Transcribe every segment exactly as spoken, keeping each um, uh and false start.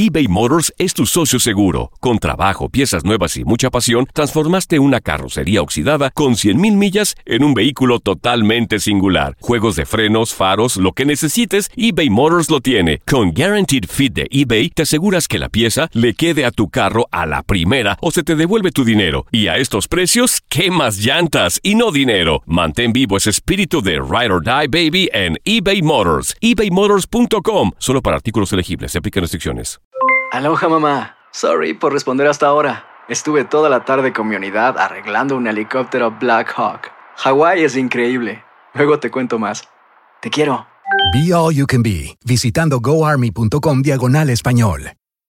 eBay Motors es tu socio seguro. Con trabajo, piezas nuevas y mucha pasión, transformaste una carrocería oxidada con cien mil millas en un vehículo totalmente singular. Juegos de frenos, faros, lo que necesites, eBay Motors lo tiene. Con Guaranteed Fit de eBay, te aseguras que la pieza le quede a tu carro a la primera o se te devuelve tu dinero. Y a estos precios, ¿qué más llantas y no dinero? Mantén vivo ese espíritu de Ride or Die, baby, en eBay Motors. ebay motors punto com. Solo para artículos elegibles. Se aplican restricciones. Aloha, mamá. Sorry por responder hasta ahora. Estuve toda la tarde con mi unidad arreglando un helicóptero Black Hawk. Hawái es increíble. Luego te cuento más. Te quiero. Be All You Can Be, visitando goarmy.com diagonal español.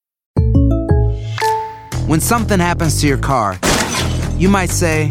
When something happens to your car, you might say,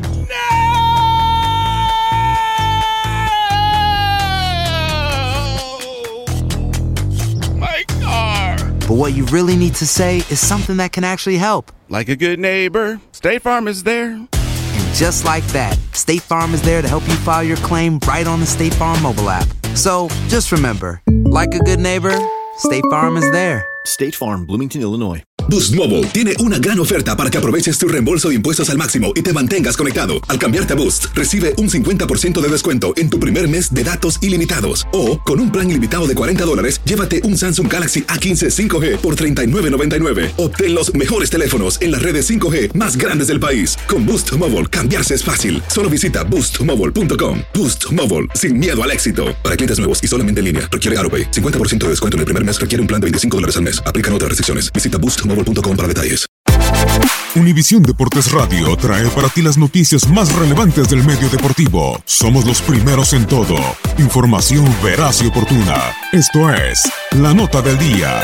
but what you really need to say is something that can actually help. Like a good neighbor, State Farm is there. And just like that, State Farm is there to help you file your claim right on the State Farm mobile app. So just remember, like a good neighbor, State Farm is there. State Farm, Bloomington, Illinois. Boost Mobile tiene una gran oferta para que aproveches tu reembolso de impuestos al máximo y te mantengas conectado. Al cambiarte a Boost, recibe un cincuenta por ciento de descuento en tu primer mes de datos ilimitados. O, con un plan ilimitado de cuarenta dólares, llévate un Samsung Galaxy A quince cinco G por treinta y nueve noventa y nueve. Obtén los mejores teléfonos en las redes cinco G más grandes del país. Con Boost Mobile, cambiarse es fácil. Solo visita boost mobile punto com. Boost Mobile, sin miedo al éxito. Para clientes nuevos y solamente en línea, requiere AutoPay. cincuenta por ciento de descuento en el primer mes requiere un plan de veinticinco dólares al mes. Aplican otras restricciones. Visita boost mobile punto com para detalles. Univisión Deportes Radio trae para ti las noticias más relevantes del medio deportivo. Somos los primeros en todo. Información veraz y oportuna. Esto es La Nota del Día.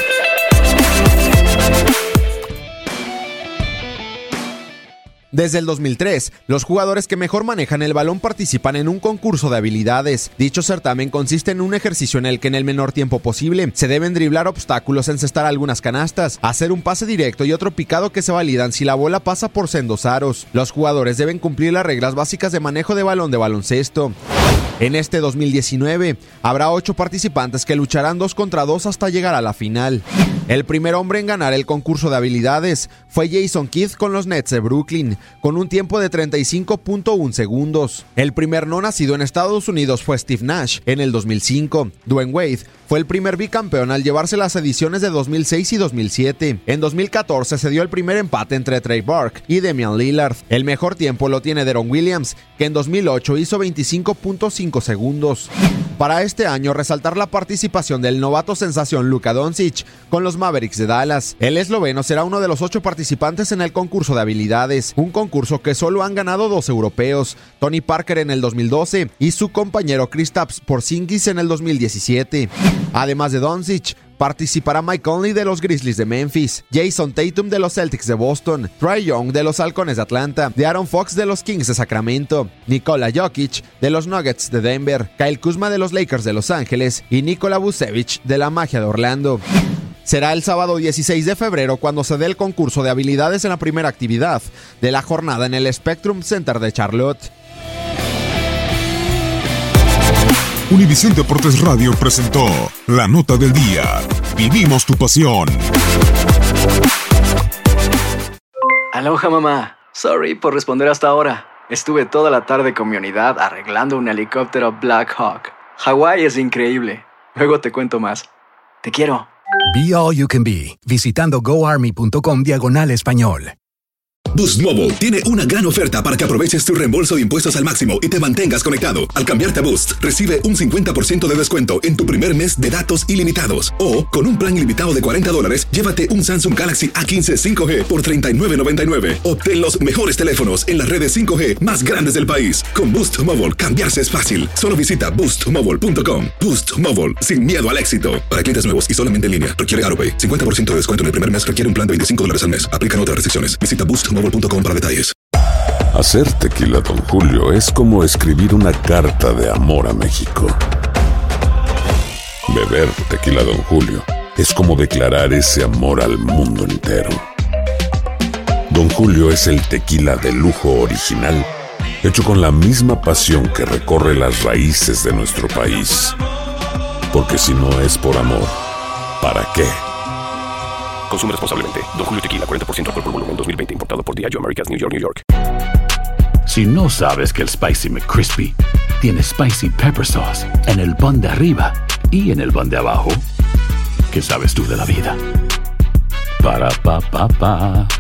Desde el dos mil tres, los jugadores que mejor manejan el balón participan en un concurso de habilidades. Dicho certamen consiste en un ejercicio en el que en el menor tiempo posible se deben driblar obstáculos, encestar algunas canastas, hacer un pase directo y otro picado que se validan si la bola pasa por sendos aros. Los jugadores deben cumplir las reglas básicas de manejo de balón de baloncesto. En este dos mil diecinueve, habrá ocho participantes que lucharán dos contra dos hasta llegar a la final. El primer hombre en ganar el concurso de habilidades fue Jason Kidd con los Nets de Brooklyn, con un tiempo de treinta y cinco punto uno segundos. El primer no nacido en Estados Unidos fue Steve Nash en el dos mil cinco. Dwayne Wade fue el primer bicampeón al llevarse las ediciones de dos mil seis y dos mil siete. En dos mil catorce se dio el primer empate entre Trey Burke y Damian Lillard. El mejor tiempo lo tiene Deron Williams, que en dos mil ocho hizo veinticinco punto cinco segundos. Para este año, resaltar la participación del novato sensación Luka Doncic con los Mavericks de Dallas. El esloveno será uno de los ocho participantes en el concurso de habilidades, un concurso que solo han ganado dos europeos, Tony Parker en el dos mil doce y su compañero Kristaps Porzingis en el dos mil diecisiete. Además de Doncic, participará Mike Conley de los Grizzlies de Memphis, Jason Tatum de los Celtics de Boston, Trae Young de los Halcones de Atlanta, De'Aaron Fox de los Kings de Sacramento, Nikola Jokic de los Nuggets de Denver, Kyle Kuzma de los Lakers de Los Ángeles y Nikola Vucevic de la Magia de Orlando. Será el sábado dieciséis de febrero cuando se dé el concurso de habilidades en la primera actividad de la jornada en el Spectrum Center de Charlotte. Univisión Deportes Radio presentó La Nota del Día. Vivimos tu pasión. Aloha, mamá. Sorry por responder hasta ahora. Estuve toda la tarde con mi unidad arreglando un helicóptero Black Hawk. Hawái es increíble. Luego te cuento más. Te quiero. Be All You Can Be, visitando goarmy.com diagonal español. Boost Mobile tiene una gran oferta para que aproveches tu reembolso de impuestos al máximo y te mantengas conectado. Al cambiarte a Boost, recibe un cincuenta por ciento de descuento en tu primer mes de datos ilimitados. O, con un plan ilimitado de cuarenta dólares, llévate un Samsung Galaxy A quince cinco G por treinta y nueve noventa y nueve. Obtén los mejores teléfonos en las redes cinco G más grandes del país. Con Boost Mobile, cambiarse es fácil. Solo visita boost mobile punto com. Boost Mobile, sin miedo al éxito. Para clientes nuevos y solamente en línea, requiere AutoPay. cincuenta por ciento de descuento en el primer mes requiere un plan de veinticinco dólares al mes. Aplican otras restricciones. Visita boost mobile punto com para detalles. Hacer tequila Don Julio es como escribir una carta de amor a México. Beber tequila Don Julio es como declarar ese amor al mundo entero. Don Julio es el tequila de lujo original, hecho con la misma pasión que recorre las raíces de nuestro país. Porque si no es por amor, ¿para qué? Consume responsablemente. Don Julio Tequila, cuarenta por ciento alcohol por volumen, dos mil veinte. Importado por Diageo Americas, New York, New York. Si no sabes que el Spicy McCrispy tiene Spicy Pepper Sauce en el pan de arriba y en el pan de abajo, ¿qué sabes tú de la vida? Para, pa, pa, pa.